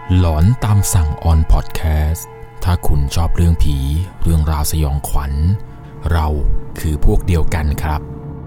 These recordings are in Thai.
หลอนตามสั่งออนพอดแคสต์ถ้าคุณชอบเรื่องผีเรื่องราวสยองขวัญเราคือพวกเดียวกันครับ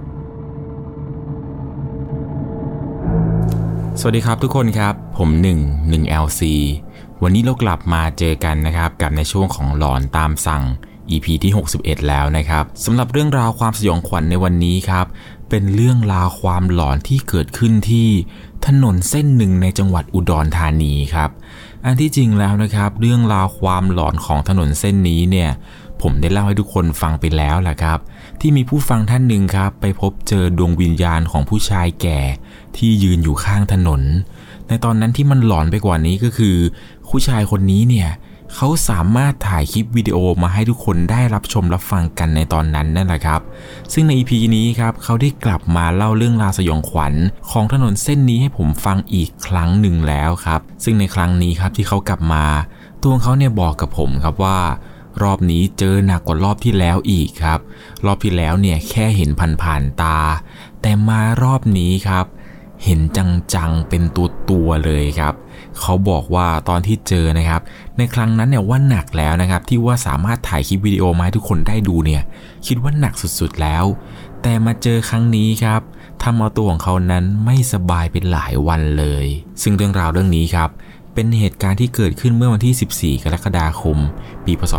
สวัสดีครับทุกคนครับผม1 LC วันนี้เรากลับมาเจอกันนะครับกับในช่วงของหลอนตามสั่ง EP ที่61แล้วนะครับสำหรับเรื่องราวความสยองขวัญในวันนี้ครับเป็นเรื่องราวความหลอนที่เกิดขึ้นที่ถนนเส้นหนึ่งในจังหวัดอุดรธานีครับอันที่จริงแล้วนะครับเรื่องราวความหลอนของถนนเส้นนี้เนี่ยผมได้เล่าให้ทุกคนฟังไปแล้วแหละครับที่มีผู้ฟังท่านหนึ่งครับไปพบเจอดวงวิญญาณของผู้ชายแก่ที่ยืนอยู่ข้างถนนในตอนนั้นที่มันหลอนไปกว่านี้ก็คือผู้ชายคนนี้เนี่ยเขาสามารถถ่ายคลิปวิดีโอมาให้ทุกคนได้รับชมรับฟังกันในตอนนั้นนั่นแหละครับซึ่งใน EP นี้ครับเขาได้กลับมาเล่าเรื่องราวสยองขวัญของถนนเส้นนี้ให้ผมฟังอีกครั้งหนึ่งแล้วครับซึ่งในครั้งนี้ครับที่เขากลับมาตัวเขาเนี่ยบอกกับผมครับว่ารอบนี้เจอหนักกว่ารอบที่แล้วอีกครับรอบที่แล้วเนี่ยแค่เห็นผ่านๆตาแต่มารอบนี้ครับเห็นจังๆเป็นตัวเลยครับเขาบอกว่าตอนที่เจอนะครับในครั้งนั้นเนี่ยว่าหนักแล้วนะครับที่ว่าสามารถถ่ายคลิปวิดีโอมาให้ทุกคนได้ดูเนี่ยคิดว่าหนักสุดๆแล้วแต่มาเจอครั้งนี้ครับทำเอาตัวของเขานั้นไม่สบายเป็นหลายวันเลยซึ่งเรื่องราวเรื่องนี้ครับเป็นเหตุการณ์ที่เกิดขึ้นเมื่อวันที่14 กรกฎาคมปีพ.ศ.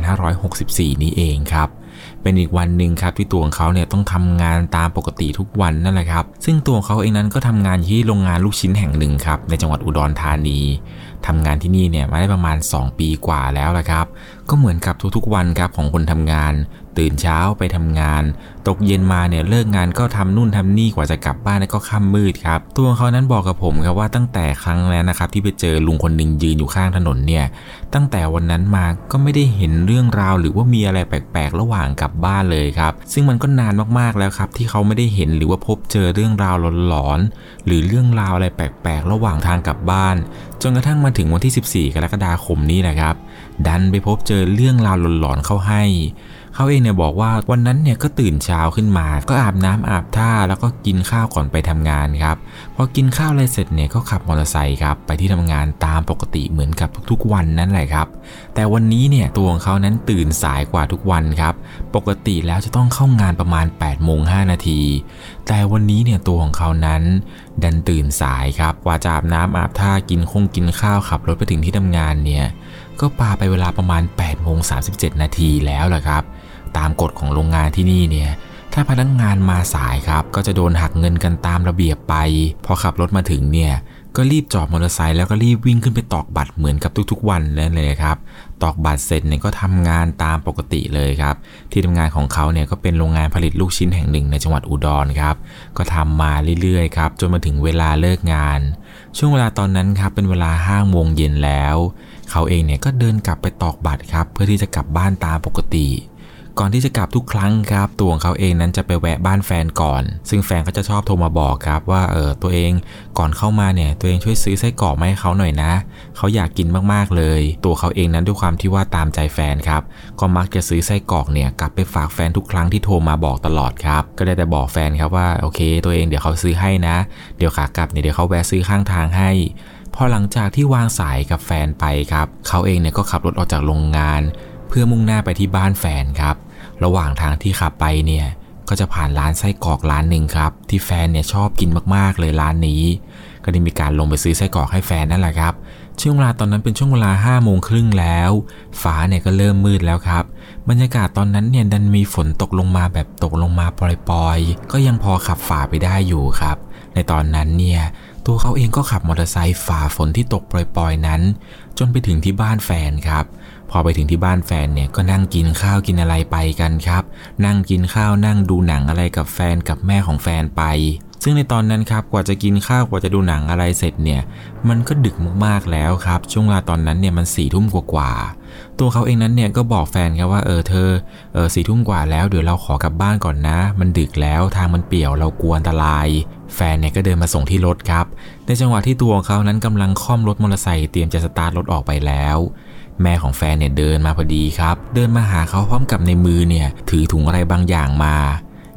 2564นี้เองครับเป็นอีกวันหนึ่งครับที่ตัวของเขาเนี่ยต้องทำงานตามปกติทุกวันนั่นแหละครับซึ่งตัวเขาเองนั้นก็ทำงานที่โรงงานลูกชิ้นแห่งหนึ่งครับในจังหวัดอุดรธานีทำงานที่นี่เนี่ยมาได้ประมาณ2 ปีกว่าแล้วละครับก็เหมือนกับทุกๆวันครับของคนทำงานตื่นเช้าไปทำงานตกเย็นมาเนี่ยเลิกงานก็ทำนู่นทำนี่กว่าจะกลับบ้านก็ค่ำมืดครับตัวเขานั้นบอกกับผมครับว่าตั้งแต่ครั้งแรกนะครับที่ไปเจอลุงคนหนึ่งยืนอยู่ข้างถนนเนี่ยตั้งแต่วันนั้นมาก็ไม่ได้เห็นเรื่องราวหรือว่ามีอะไรแปลกๆระหว่างกลับบ้านเลยครับซึ่งมันก็นานมากๆแล้วครับที่เขาไม่ได้เห็นหรือว่าพบเจอเรื่องราวหลอนๆหรือเรื่องราวอะไรแปลกๆระหว่างทางกลับบ้านจนกระทั่งมาถึงวันที่14 กรกฎาคมนี้แหละครับดันไปพบเจอเรื่องราวหลอนๆเข้าให้เขาเองเนี่ยบอกว่าวันนั้นเนี่ยก็ตื่นเช้าขึ้นมาก็อาบน้ำอาบท่าแล้วก็กินข้าวก่อนไปทำงานครับพอกินข้าวอะไรเสร็จเนี่ยก็ขับมอเตอร์ไซค์ครับไปที่ทำงานตามปกติเหมือนกับทุกๆวันนั่นแหละครับแต่วันนี้เนี่ยตัวของเขานั้นตื่นสายกว่าทุกวันครับปกติแล้วจะต้องเข้างานประมาณ8:05 น.แต่วันนี้เนี่ยตัวของเขานั้นดันตื่นสายครับกว่าจะอาบน้ำอาบท่ากินข้าวขับรถไปถึงที่ทำงานเนี่ยก็ปาไปเวลาประมาณ8:37 น.แล้วแหละครับตามกฎของโรงงานที่นี่เนี่ยถ้าพนักงานมาสายครับก็จะโดนหักเงินกันตามระเบียบไปพอขับรถมาถึงเนี่ยก็รีบจอดมอเตอร์ไซค์แล้วก็รีบวิ่งขึ้นไปตอกบัตรเหมือนกับทุกๆวันนั่นเลยครับตอกบัตรเสร็จเนี่ยก็ทำงานตามปกติเลยครับที่ทำงานของเขาเนี่ยก็เป็นโรงงานผลิตลูกชิ้นแห่งหนึ่งในจังหวัดอุดรครับก็ทำมาเรื่อยๆครับจนมาถึงเวลาเลิกงานช่วงเวลาตอนนั้นครับเป็นเวลา5 โมงเย็นแล้วเขาเองเนี่ยก็เดินกลับไปตอกบัตรครับเพื่อที่จะกลับบ้านตามปกติก่อนที่จะกลับทุกครั้งครับตัวของเขาเองนั้นจะไปแวะบ้านแฟนก่อนซึ่งแฟนก็จะชอบโทรมาบอกครับว่าตัวเองก่อนเข้ามาเนี่ยตัวเองช่วยซื้อไส้กรอกมาให้เขาหน่อยนะเขาอยากกินมากๆเลยตัวเขาเองนั้นด้วยความที่ว่าตามใจแฟนครับก็มักจะซื้อไส้กรอกเนี่ยกลับไปฝากแฟนทุกครั้งที่โทรมาบอกตลอดครับก็ได้แต่บอกแฟนครับว่าโอเคตัวเองเดี๋ยวเขาซื้อให้นะเดี๋ยวขากลับเนี่ยเดี๋ยวเขาแวะซื้อข้างทางให้พอหลังจากที่วางสายกับแฟนไปครับเขาเองเนี่ยก็ขับรถออกจากโรงงานเพื่อมุ่งหน้าไปที่บ้านแฟนครับระหว่างทางที่ขับไปเนี่ยก็จะผ่านร้านไส้กรอกร้านหนึ่งครับที่แฟนเนี่ยชอบกินมากๆเลยร้านนี้ก็ได้มีการลงไปซื้อไส้กรอกให้แฟนนั่นแหละครับช่วงเวลาตอนนั้นเป็นช่วงเวลา5:30แล้วฟ้าเนี่ยก็เริ่มมืดแล้วครับบรรยากาศตอนนั้นเนี่ยดันมีฝนตกลงมาแบบตกลงมาปล่อยๆก็ยังพอขับฝ่าไปได้อยู่ครับในตอนนั้นเนี่ยตัวเขาเองก็ขับมอเตอร์ไซค์ฝ่าฝนที่ตกปล่อยๆนั้นจนไปถึงที่บ้านแฟนครับพอไปถึงที่บ้านแฟนเนี่ยก็นั่งกินข้าวกินอะไรไปกันครับนั่งกินข้าวนั่งดูหนังอะไรกับแฟนกับแม่ของแฟนไปซึ่งในตอนนั้นครับกว่าจะกินข้าวกว่าจะดูหนังอะไรเสร็จเนี่ยมันก็ดึกมากๆแล้วครับช่วงเวลาตอนนั้นเนี่ยมัน4 ทุ่มกว่าตัวเขาเองนั้นเนี่ยก็บอกแฟนครับว่าเธอ4 ทุ่มกว่าแล้วเดี๋ยวเราขอกลับบ้านก่อนนะมันดึกแล้วทางมันเปี่ยวเรากลัวอันตรายแฟนเนี่ยก็เดินมาส่งที่รถครับในจังหวะที่ตัวของเขานั้นกำลังค่อมรถมอเตอร์ไซค์เตรียมจะสตาร์ทรถออกไปแล้วแม่ของแฟนเนี่ยเดินมาพอดีครับเดินมาหาเขาพร้อมกับในมือเนี่ยถือถุงอะไรบางอย่างมา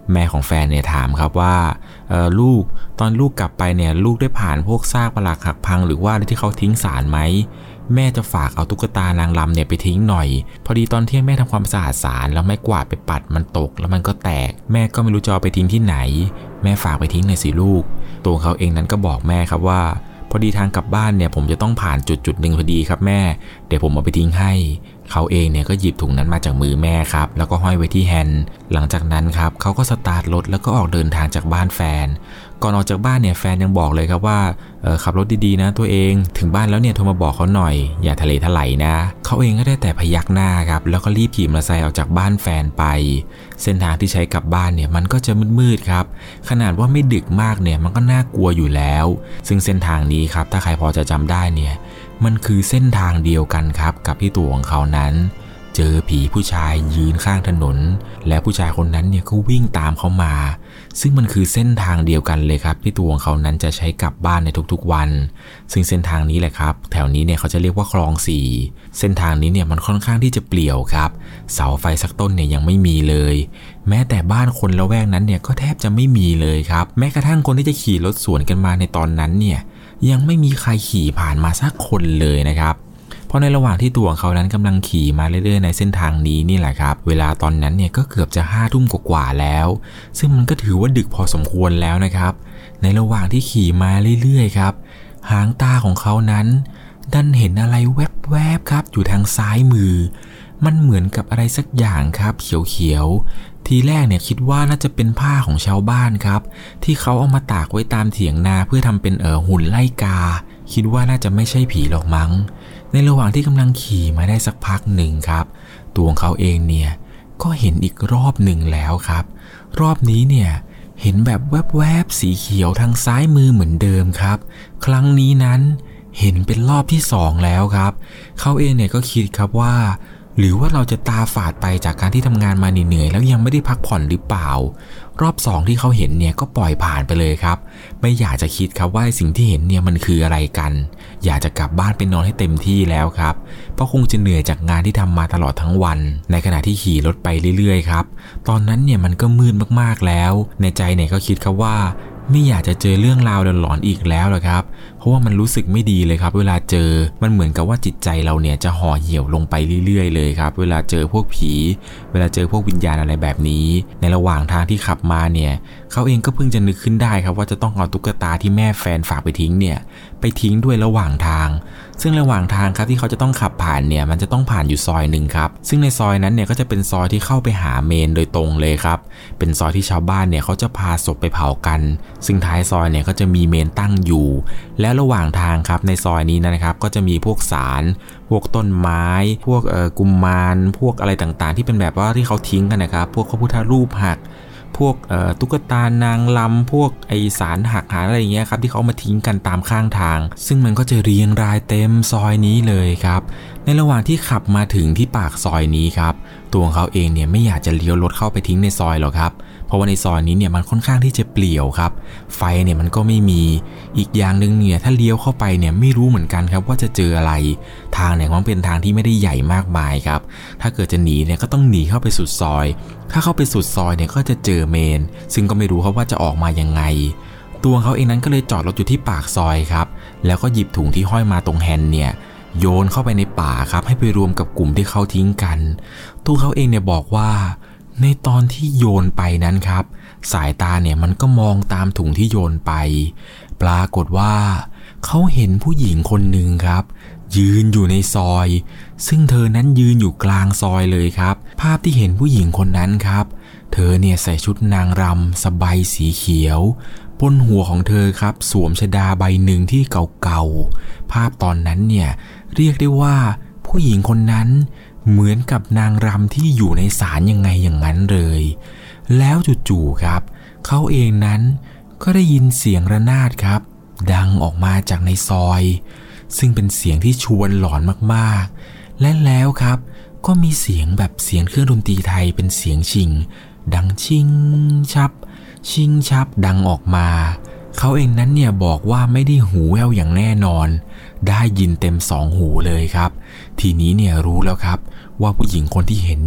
แม่ของแฟนเนี่ยถามครับว่าลูกตอนลูกกลับไปเนี่ยลูกได้ผ่านพวกซากปรักหักพังหรือว่าที่เขาทิ้งสารไหมแม่จะฝากเอาตุ๊กตานางรำเนี่ยไปทิ้งหน่อยพอดีตอนเที่ยงแม่ทำความสะอาดศาลแล้วไม้กวาดไปปัดมันตกแล้วมันก็แตกแม่ก็ไม่รู้จะเอาไปทิ้งที่ไหนแม่ฝากไปทิ้งหน่อยสิลูกตัวเขาเองนั้นก็บอกแม่ครับว่าพอดีทางกลับบ้านเนี่ยผมจะต้องผ่านจุดหนึ่งพอดีครับแม่เดี๋ยวผมเอาไปทิ้งให้เขาเองเนี่ยก็หยิบถุงนั้นมาจากมือแม่ครับแล้วก็ห้อยไว้ที่แฮนด์หลังจากนั้นครับเขาก็สตาร์ทรถแล้วก็ออกเดินทางจากบ้านแฟนก่อนออกจากบ้านเนี่ยแฟนยังบอกเลยครับว่าขับรถดีๆนะตัวเองถึงบ้านแล้วเนี่ยโทรมาบอกเขาหน่อยอย่าทะเลถลายนะเขาเองก็ได้แต่พยักหน้าครับแล้วก็รีบขี่มอเตอร์ไซค์ออกจากบ้านแฟนไปเส้นทางที่ใช้กลับบ้านเนี่ยมันก็จะมืดๆครับขนาดว่าไม่ดึกมากเนี่ยมันก็น่ากลัวอยู่แล้วซึ่งเส้นทางนี้ครับถ้าใครพอจะจำได้เนี่ยมันคือเส้นทางเดียวกันครับกับที่ตัวของเขานั้นเจอผีผู้ชายยืนข้างถนนและผู้ชายคนนั้นเนี่ยก็วิ่งตามเขามาซึ่งมันคือเส้นทางเดียวกันเลยครับที่ตัวของเขานั้นจะใช้กลับบ้านในทุกๆวันซึ่งเส้นทางนี้แหละครับแถวนี้เนี่ยเขาจะเรียกว่าคลอง4เส้นทางนี้เนี่ยมันค่อนข้างที่จะเปลี่ยวครับเสาไฟสักต้นเนี่ยยังไม่มีเลยแม้แต่บ้านคนละแวกนั้นเนี่ยก็แทบจะไม่มีเลยครับแม้กระทั่งคนที่จะขี่รถสวนกันมาในตอนนั้นเนี่ยยังไม่มีใครขี่ผ่านมาสักคนเลยนะครับเพราะในระหว่างที่ตัวของเขานั้นกำลังขี่มาเรื่อยๆในเส้นทางนี้นี่แหละครับเวลาตอนนั้นเนี่ยก็เกือบจะ5 ทุ่มกว่าๆแล้วซึ่งมันก็ถือว่าดึกพอสมควรแล้วนะครับในระหว่างที่ขี่มาเรื่อยๆครับหางตาของเขานั้นดันเห็นอะไรแวบๆครับอยู่ทางซ้ายมือมันเหมือนกับอะไรสักอย่างครับเขียวๆทีแรกเนี่ยคิดว่าน่าจะเป็นผ้าของชาวบ้านครับที่เขาเอามาตากไว้ตามเถียงนาเพื่อทำเป็นหุ่นไล่กาคิดว่าน่าจะไม่ใช่ผีหรอกมั้งในระหว่างที่กำลังขี่มาได้สักพักหนึ่งครับตัวของเขาเองเนี่ยก็เห็นอีกรอบหนึ่งแล้วครับรอบนี้เนี่ยเห็นแบบแวบๆสีเขียวทางซ้ายมือเหมือนเดิมครับครั้งนี้นั้นเห็นเป็นรอบที่2แล้วครับเขาเองเนี่ยก็คิดครับว่าหรือว่าเราจะตาฝาดไปจากการที่ทำงานมาเหนื่อยแล้วยังไม่ได้พักผ่อนหรือเปล่ารอบ2ที่เขาเห็นเนี่ยก็ปล่อยผ่านไปเลยครับไม่อยากจะคิดครับว่าสิ่งที่เห็นเนี่ยมันคืออะไรกันอยากจะกลับบ้านไปนอนให้เต็มที่แล้วครับเพราะคงจะเหนื่อยจากงานที่ทำมาตลอดทั้งวันในขณะที่ขี่รถไปเรื่อยๆครับตอนนั้นเนี่ยมันก็มืดมากๆแล้วในใจเนี่ยก็คิดครับว่าไม่อยากจะเจอเรื่องราวหลอนๆอีกแล้วหรอกครับเพราะว่ามันรู้สึกไม่ดีเลยครับเวลาเจอมันเหมือนกับว่าจิตใจเราเนี่ยจะห่อเหี่ยวลงไปเรื่อยๆเลยครับเวลาเจอพวกผีเวลาเจอพวกวิญญาณอะไรแบบนี้ในระหว่างทางที่ขับมาเนี่ยเขาเองก็เพิ่งจะนึกขึ้นได้ครับว่าจะต้องเอาตุ๊กตาที่แม่แฟนฝากไปทิ้งเนี่ยไปทิ้งด้วยระหว่างทางซึ่งระหว่างทางครับที่เขาจะต้องขับผ่านเนี่ยมันจะต้องผ่านอยู่ซอยหนึ่งครับซึ่งในซอยนั้นเนี่ยก็จะเป็นซอยที่เข้าไปหาเมนโดยตรงเลยครับเป็นซอยที่ชาวบ้านเนี่ยเขาจะพาศพไปเผากันซึ่งท้ายซอยเนี่ยก็จะมีเมนตั้งอยู่และระหว่างทางครับในซอยนี้นะครับก็จะมีพวกศาลพวกต้นไม้พวกกุมารพวกอะไรต่างๆที่เป็นแบบว่าที่เขาทิ้งกันนะครับพวกพระพุทธรูปหักพวกตุ๊กตานางลำพวกไอสารหักหาอะไรอย่างเงี้ยครับที่เขามาทิ้งกันตามข้างทางซึ่งมันก็จะเรียงรายเต็มซอยนี้เลยครับในระหว่างที่ขับมาถึงที่ปากซอยนี้ครับตัวของเขาเองเนี่ยไม่อยากจะเลี้ยวรถเข้าไปทิ้งในซอยหรอกครับเพราะว่าในซอยนี้เนี่ยมันค่อนข้างที่จะเปลี่ยวครับไฟเนี่ยมันก็ไม่มีอีกอย่างนึงเนี่ยถ้าเลี้ยวเข้าไปเนี่ยไม่รู้เหมือนกันครับว่าจะเจออะไรทางเนี่ยมันเป็นทางที่ไม่ได้ใหญ่มากมายครับถ้าเกิดจะหนีเนี่ยก็ต้องหนีเข้าไปสุดซอยถ้าเข้าไปสุดซอยเนี่ยก็จะเจอเมนซึ่งก็ไม่รู้ครับว่าจะออกมายังไงตัวเขาเองนั้นก็เลยจอดรถอยู่ที่ปากซอยครับแล้วก็หยิบถุงที่ห้อยมาตรงแฮนด์เนี่ยโยนเข้าไปในป่าครับให้ไปรวมกับกลุ่มที่เขาทิ้งกันตัวเขาเองเนี่ยบอกว่าในตอนที่โยนไปนั้นครับสายตาเนี่ยมันก็มองตามถุงที่โยนไปปรากฏว่าเขาเห็นผู้หญิงคนหนึ่งครับยืนอยู่ในซอยซึ่งเธอนั้นยืนอยู่กลางซอยเลยครับภาพที่เห็นผู้หญิงคนนั้นครับเธอเนี่ยใส่ชุดนางรำสบายสีเขียวบนหัวของเธอครับสวมชฎาใบหนึ่งที่เก่าๆภาพตอนนั้นเนี่ยเรียกได้ว่าผู้หญิงคนนั้นเหมือนกับนางรำที่อยู่ในศาลยังไงอย่างนั้นเลยแล้วจู่ๆครับเขาเองนั้นก็ได้ยินเสียงระนาดครับดังออกมาจากในซอยซึ่งเป็นเสียงที่ชวนหลอนมากๆและแล้วครับก็มีเสียงแบบเสียงเครื่องดนตรีไทยเป็นเสียงชิงดังชิงชับชิงชับดังออกมาเขาเองนั้นเนี่ยบอกว่าไม่ได้หูแว่วอย่างแน่นอนได้ยินเต็ม2 หูเลยครับทีนี้เนี่ยรู้แล้วครับว่าผู้หญิงคนที่เห็นเนี่ย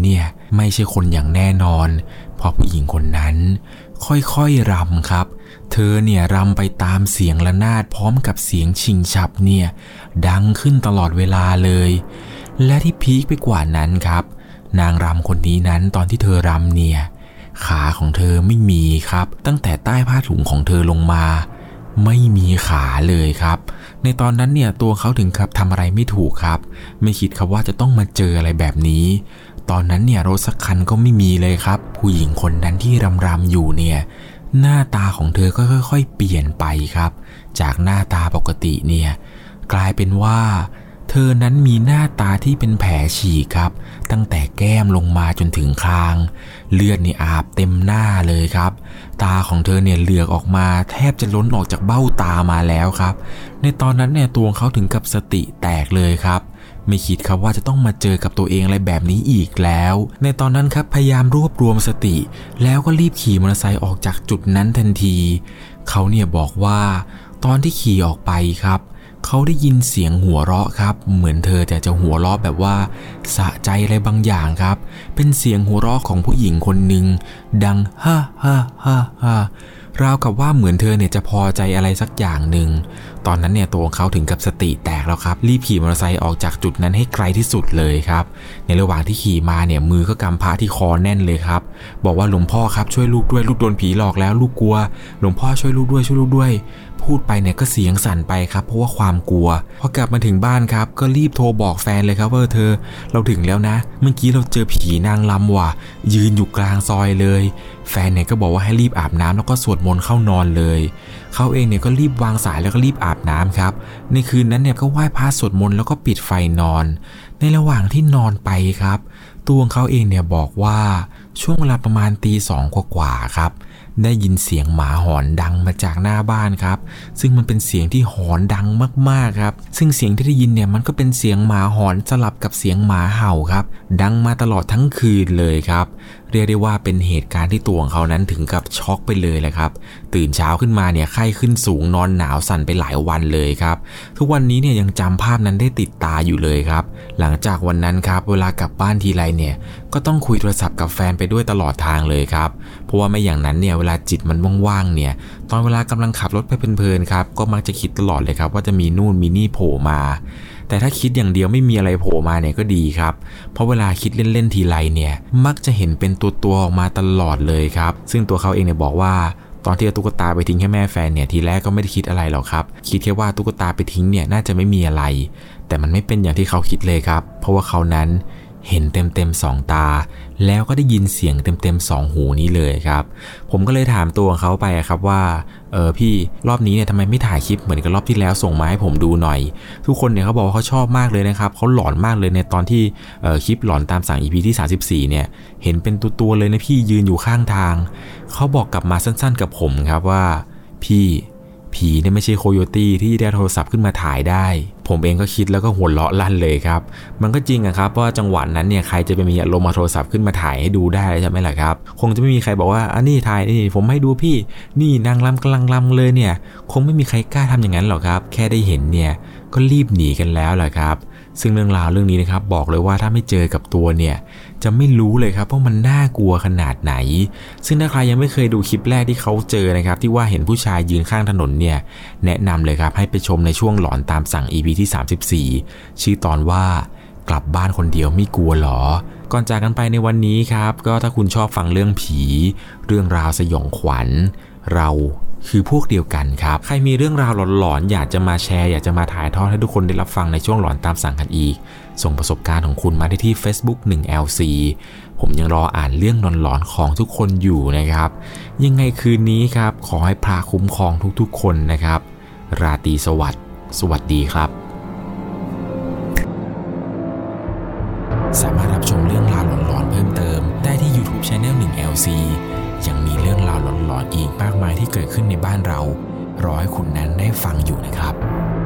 ไม่ใช่คนอย่างแน่นอนเพราะผู้หญิงคนนั้นค่อยๆรำครับเธอเนี่ยรำไปตามเสียงระนาดพร้อมกับเสียงชิงฉับเนี่ยดังขึ้นตลอดเวลาเลยและที่พีคไปกว่านั้นครับนางรำคนนี้นั้นตอนที่เธอรำเนี่ยขาของเธอไม่มีครับตั้งแต่ใต้ผ้าถุงของเธอลงมาไม่มีขาเลยครับในตอนนั้นเนี่ยตัวเขาถึงกับทำอะไรไม่ถูกครับไม่คิดครับว่าจะต้องมาเจออะไรแบบนี้ตอนนั้นเนี่ยรถสักคันก็ไม่มีเลยครับผู้หญิงคนนั้นที่รำอยู่เนี่ยหน้าตาของเธอก็ค่อยๆเปลี่ยนไปครับจากหน้าตาปกติเนี่ยกลายเป็นว่าเธอนั้นมีหน้าตาที่เป็นแผลฉีกครับตั้งแต่แก้มลงมาจนถึงคางเลือดนี่อาบเต็มหน้าเลยครับตาของเธอเนี่ยเหลือกออกมาแทบจะล้นออกจากเบ้าตามาแล้วครับในตอนนั้นเนี่ยตัวเขาถึงกับสติแตกเลยครับไม่คิดครับว่าจะต้องมาเจอกับตัวเองอะไรแบบนี้อีกแล้วในตอนนั้นครับพยายามรวบรวมสติแล้วก็รีบขี่มอเตอร์ไซค์ออกจากจุดนั้นทันทีเขาเนี่ยบอกว่าตอนที่ขี่ออกไปครับเขาได้ยินเสียงหัวเราะครับเหมือนเธอจะหัวเราะแบบว่าสะใจอะไรบางอย่างครับเป็นเสียงหัวเราะของผู้หญิงคนหนึ่งดังฮ่าฮ่าฮ่าฮ่าราวกับว่าเหมือนเธอเนี่ยจะพอใจอะไรสักอย่างหนึ่งตอนนั้นเนี่ยตัวเขาถึงกับสติแตกแล้วครับรีบขี่มอเตอร์ไซค์ออกจากจุดนั้นให้ไกลที่สุดเลยครับในระหว่างที่ขี่มาเนี่ยมือก็กำพระที่คอแน่นเลยครับบอกว่าหลวงพ่อครับช่วยลูกด้วยลูกโดนผีหลอกแล้วลูกกลัวหลวงพ่อช่วยลูกด้วยช่วยลูกด้วยพูดไปเนี่ยก็เสียงสั่นไปครับเพราะว่าความกลัวพอกลับมาถึงบ้านครับก็รีบโทรบอกแฟนเลยครับว่าเธอเราถึงแล้วนะเมื่อกี้เราเจอผีนางรำว่ะยืนอยู่กลางซอยเลยแฟนเนี่ยก็บอกว่าให้รีบอาบน้ำแล้วก็สวดมนต์เข้านอนเลยเขาเองเนี่ยก็รีบวางสายแล้วก็รีบอาบน้ำครับในคืนนั้นเนี่ยก็ไหว้พระสวดมนต์แล้วก็ปิดไฟนอนในระหว่างที่นอนไปครับตัวเขาเองเนี่ยบอกว่าช่วงเวลาประมาณตี 2กว่าครับได้ยินเสียงหมาหอนดังมาจากหน้าบ้านครับซึ่งมันเป็นเสียงที่หอนดังมากๆครับซึ่งเสียงที่ได้ยินเนี่ยมันก็เป็นเสียงหมาหอนสลับกับเสียงหมาเห่าครับดังมาตลอดทั้งคืนเลยครับเรียกได้ว่าเป็นเหตุการณ์ที่ตัวของเขานั้นถึงกับช็อกไปเลยแหละครับตื่นเช้าขึ้นมาเนี่ยไข้ขึ้นสูงนอนหนาวสั่นไปหลายวันเลยครับทุกวันนี้เนี่ยยังจำภาพนั้นได้ติดตาอยู่เลยครับหลังจากวันนั้นครับเวลากลับบ้านทีไรเนี่ยก็ต้องคุยโทรศัพท์กับแฟนไปด้วยตลอดทางเลยครับเพราะว่าไม่อย่างนั้นเนี่ยเวลาจิตมันว่างๆเนี่ยตอนเวลากำลังขับรถไปเพลินๆครับก็มักจะคิดตลอดเลยครับว่าจะมีนู่นมีนี่โผล่มาแต่ถ้าคิดอย่างเดียวไม่มีอะไรโผล่มาเนี่ยก็ดีครับเพราะเวลาคิดเล่นๆทีไรเนี่ยมักจะเห็นเป็นตัวออกมาตลอดเลยครับซึ่งตัวเขาเองเนี่ยบอกว่าตอนที่เอาตุ๊กตาไปทิ้งให้แม่แฟนเนี่ยทีแรกก็ไม่ได้คิดอะไรหรอกครับคิดแค่ว่าตุ๊กตาไปทิ้งเนี่ยน่าจะไม่มีอะไรแต่มันไม่เป็นอย่างที่เขาคิดเลยครับเพราะว่าเขานั้นเห็นเต็มๆ2ตาแล้วก็ได้ยินเสียงเต็มๆ2หูนี้เลยครับผมก็เลยถามตัวเขาไปครับว่าพี่รอบนี้เนี่ยทำไมไม่ถ่ายคลิปเหมือนกับรอบที่แล้วส่งมาให้ผมดูหน่อยทุกคนเนี่ยเขาบอกว่าเขาชอบมากเลยนะครับเขาหลอนมากเลยในตอนที่คลิปหลอนตามสั่ง EP ที่34เนี่ยเห็นเป็นตัวเลยนะพี่ยืนอยู่ข้างทางเขาบอกกลับมาสั้นๆกับผมครับว่าพี่ผีเนี่ยไม่ใช่โคโยตี้ที่ได้โทรศัพท์ขึ้นมาถ่ายได้ผมเองก็คิดแล้วก็หัวเราะลั่นเลยครับมันก็จริงอะครับว่าจังหวะนั้นเนี่ยใครจะไปมีอารมณ์มาโทรศัพท์ขึ้นมาถ่ายให้ดูได้ใช่ไหมล่ะครับคงจะไม่มีใครบอกว่าอันนี้ถ่ายนี่ผมให้ดูพี่นี่นางรำกำลังรำเลยเนี่ยคงไม่มีใครกล้าทำอย่างนั้นหรอกครับแค่ได้เห็นเนี่ยก็รีบหนีกันแล้วแหละครับซึ่งเรื่องราวเรื่องนี้นะครับบอกเลยว่าถ้าไม่เจอกับตัวเนี่ยจะไม่รู้เลยครับว่ามันน่ากลัวขนาดไหนซึ่งถ้าใครยังไม่เคยดูคลิปแรกที่เขาเจอนะครับที่ว่าเห็นผู้ชายยืนข้างถนนเนี่ยแนะนำเลยครับให้ไปชมในช่วงหลอนตามสั่ง EP ที่34ชื่อตอนว่ากลับบ้านคนเดียวไม่กลัวหรอก่อนจากกันไปในวันนี้ครับก็ถ้าคุณชอบฟังเรื่องผีเรื่องราวสยองขวัญเราคือพวกเดียวกันครับใครมีเรื่องราวหลอนๆอยากจะมาแชร์อยากจะมาถ่ายทอดให้ทุกคนได้รับฟังในช่วงหลอนตามสั่งกันอีกส่งประสบการณ์ของคุณมาได้ที่ Facebook 1LC ผมยังรออ่านเรื่องหลอนๆของทุกคนอยู่นะครับยังไงคืนนี้ครับขอให้พระคุ้มครองทุกๆคนนะครับราตรีสวัสดีครับสามารถรับชมเรื่องราวหลอนๆเพิ่มเติมได้ที่ YouTube Channel 1LC ยังมีเรื่องราวหลอนๆอีกมากมายที่เกิดขึ้นในบ้านเรารอให้คุณนั้นได้ฟังอยู่นะครับ